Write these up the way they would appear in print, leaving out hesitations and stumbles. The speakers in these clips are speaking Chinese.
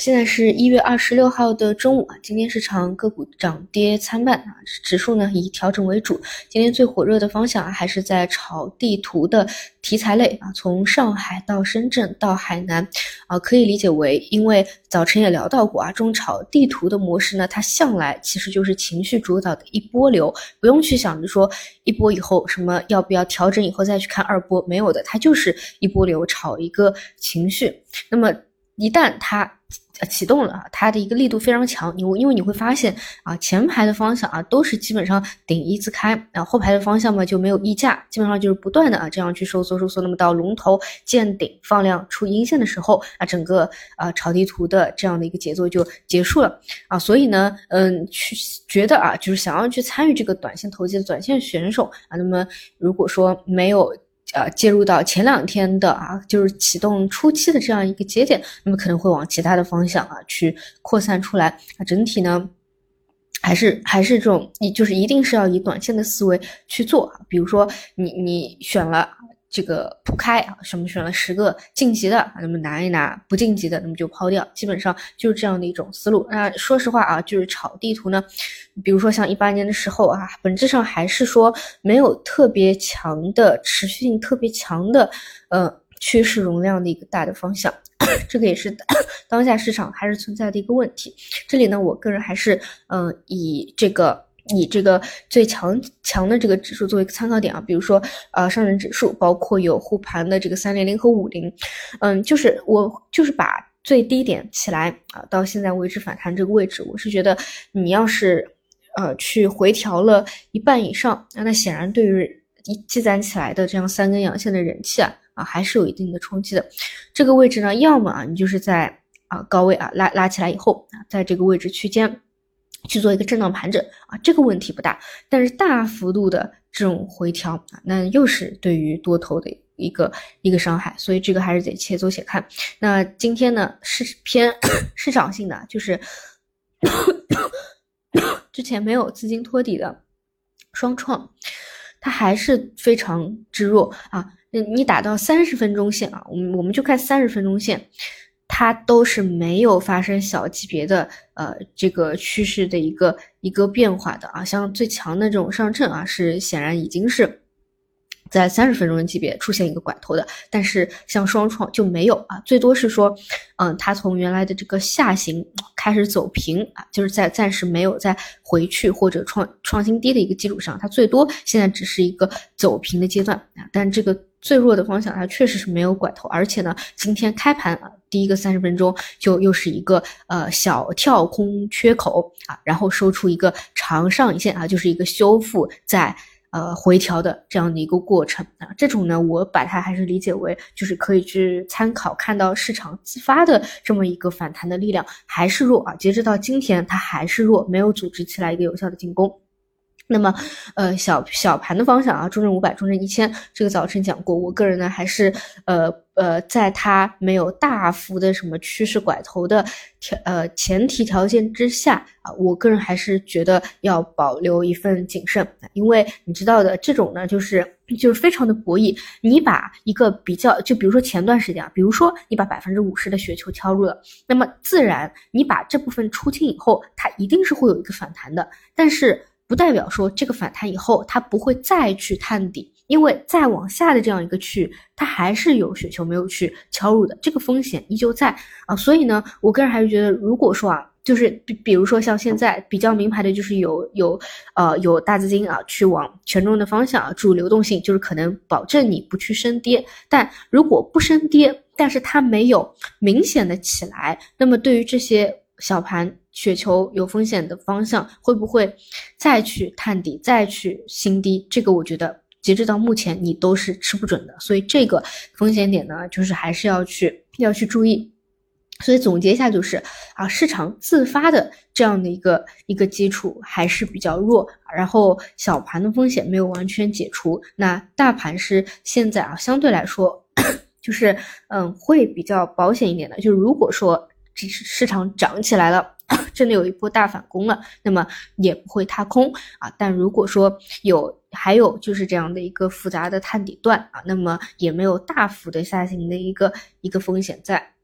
现在是1月26号的中午啊，今天市场个股涨跌参半啊，指数呢以调整为主。今天最火热的方向还是在炒地图的题材类啊，从上海到深圳到海南啊，可以理解为，因为早晨也聊到过啊，这种炒地图的模式呢，它向来其实就是情绪主导的一波流，不用去想着说一波以后什么要不要调整以后再去看二波，没有的，它就是一波流炒一个情绪。那么一旦它启动了，它的一个力度非常强，因为你会发现啊，前排的方向啊都是基本上顶一字开，然后后排的方向嘛就没有溢价，基本上就是不断的这样去收缩，那么到龙头见顶放量出阴线的时候啊，整个炒地图的这样的一个节奏就结束了啊，所以呢去觉得就是想要去参与这个短线投机的短线选手啊，那么如果说没有介入到前2天的就是启动初期的这样一个节点，那么可能会往其他的方向去扩散出来整体呢还是这种就是一定是要以短线的思维去做比如说你选了这个铺开什么选了10个晋级的那么拿一拿，不晋级的那么就抛掉，基本上就是这样的一种思路。那说实话就是炒地图呢，比如说像18年的时候本质上还是说没有特别强的持续性特别强的趋势容量的一个大的方向这个也是当下市场还是存在的一个问题。这里呢我个人还是以这个最强的这个指数作为一个参考点比如说上证指数，包括有护盘的这个300和50就是我就是把最低点起来到现在为止反弹这个位置，我是觉得你要是去回调了一半以上，那显然对于积攒起来的这样3根阳线的人气还是有一定的冲击的。这个位置呢，要么你就是在高位拉起来以后在这个位置区间去做一个震荡盘整这个问题不大，但是大幅度的这种回调那又是对于多头的一个伤害，所以这个还是得且走且看。那今天呢是偏市场性的，就是之前没有资金托底的双创，它还是非常之弱你打到30分钟线我们就看30分钟线，它都是没有发生小级别的这个趋势的一个变化的像最强的这种上证是显然已经是在30分钟的级别出现一个拐头的，但是像双创就没有最多是说它从原来的这个下行开始走平就是在暂时没有再回去或者创新低的一个基础上，它最多现在只是一个走平的阶段但这个最弱的方向它确实是没有拐头，而且呢今天开盘第一个30分钟就又是一个小跳空缺口然后收出一个长上影线就是一个修复在回调的这样的一个过程这种呢我把它还是理解为就是可以去参考，看到市场自发的这么一个反弹的力量还是弱截止到今天它还是弱，没有组织起来一个有效的进攻。那么小盘的方向中证500中证1000这个早晨讲过，我个人呢还是在它没有大幅的什么趋势拐头的前提条件之下我个人还是觉得要保留一份谨慎，因为你知道的这种呢就是非常的博弈，你把一个比较就比如说前段时间比如说你把50%的雪球敲入了，那么自然你把这部分出清以后它一定是会有一个反弹的，但是不代表说这个反弹以后它不会再去探底，因为再往下的这样一个区域它还是有雪球没有去敲入的，这个风险依旧在所以呢我个人还是觉得如果说就是比如说像现在比较明牌的就是有大资金去往权重的方向注入流动性，就是可能保证你不去升跌，但如果不升跌但是它没有明显的起来，那么对于这些小盘雪球有风险的方向会不会再去探底再去新低，这个我觉得截止到目前你都是吃不准的，所以这个风险点呢就是还是要去注意。所以总结一下就是市场自发的这样的一个基础还是比较弱，然后小盘的风险没有完全解除，那大盘是现在相对来说就是会比较保险一点的，就如果说市场涨起来了真的有一波大反攻了，那么也不会踏空但如果说还有就是这样的一个复杂的探底段那么也没有大幅的下行的一个风险在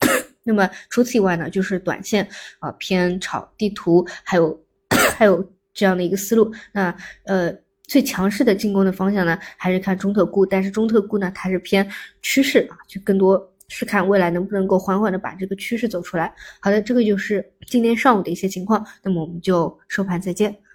那么除此以外呢，就是短线偏炒地图，还有这样的一个思路。那最强势的进攻的方向呢，还是看中特估，但是中特估呢，它是偏趋势啊，就更多是看未来能不能够缓缓的把这个趋势走出来。好的，这个就是今天上午的一些情况，那么我们就收盘再见。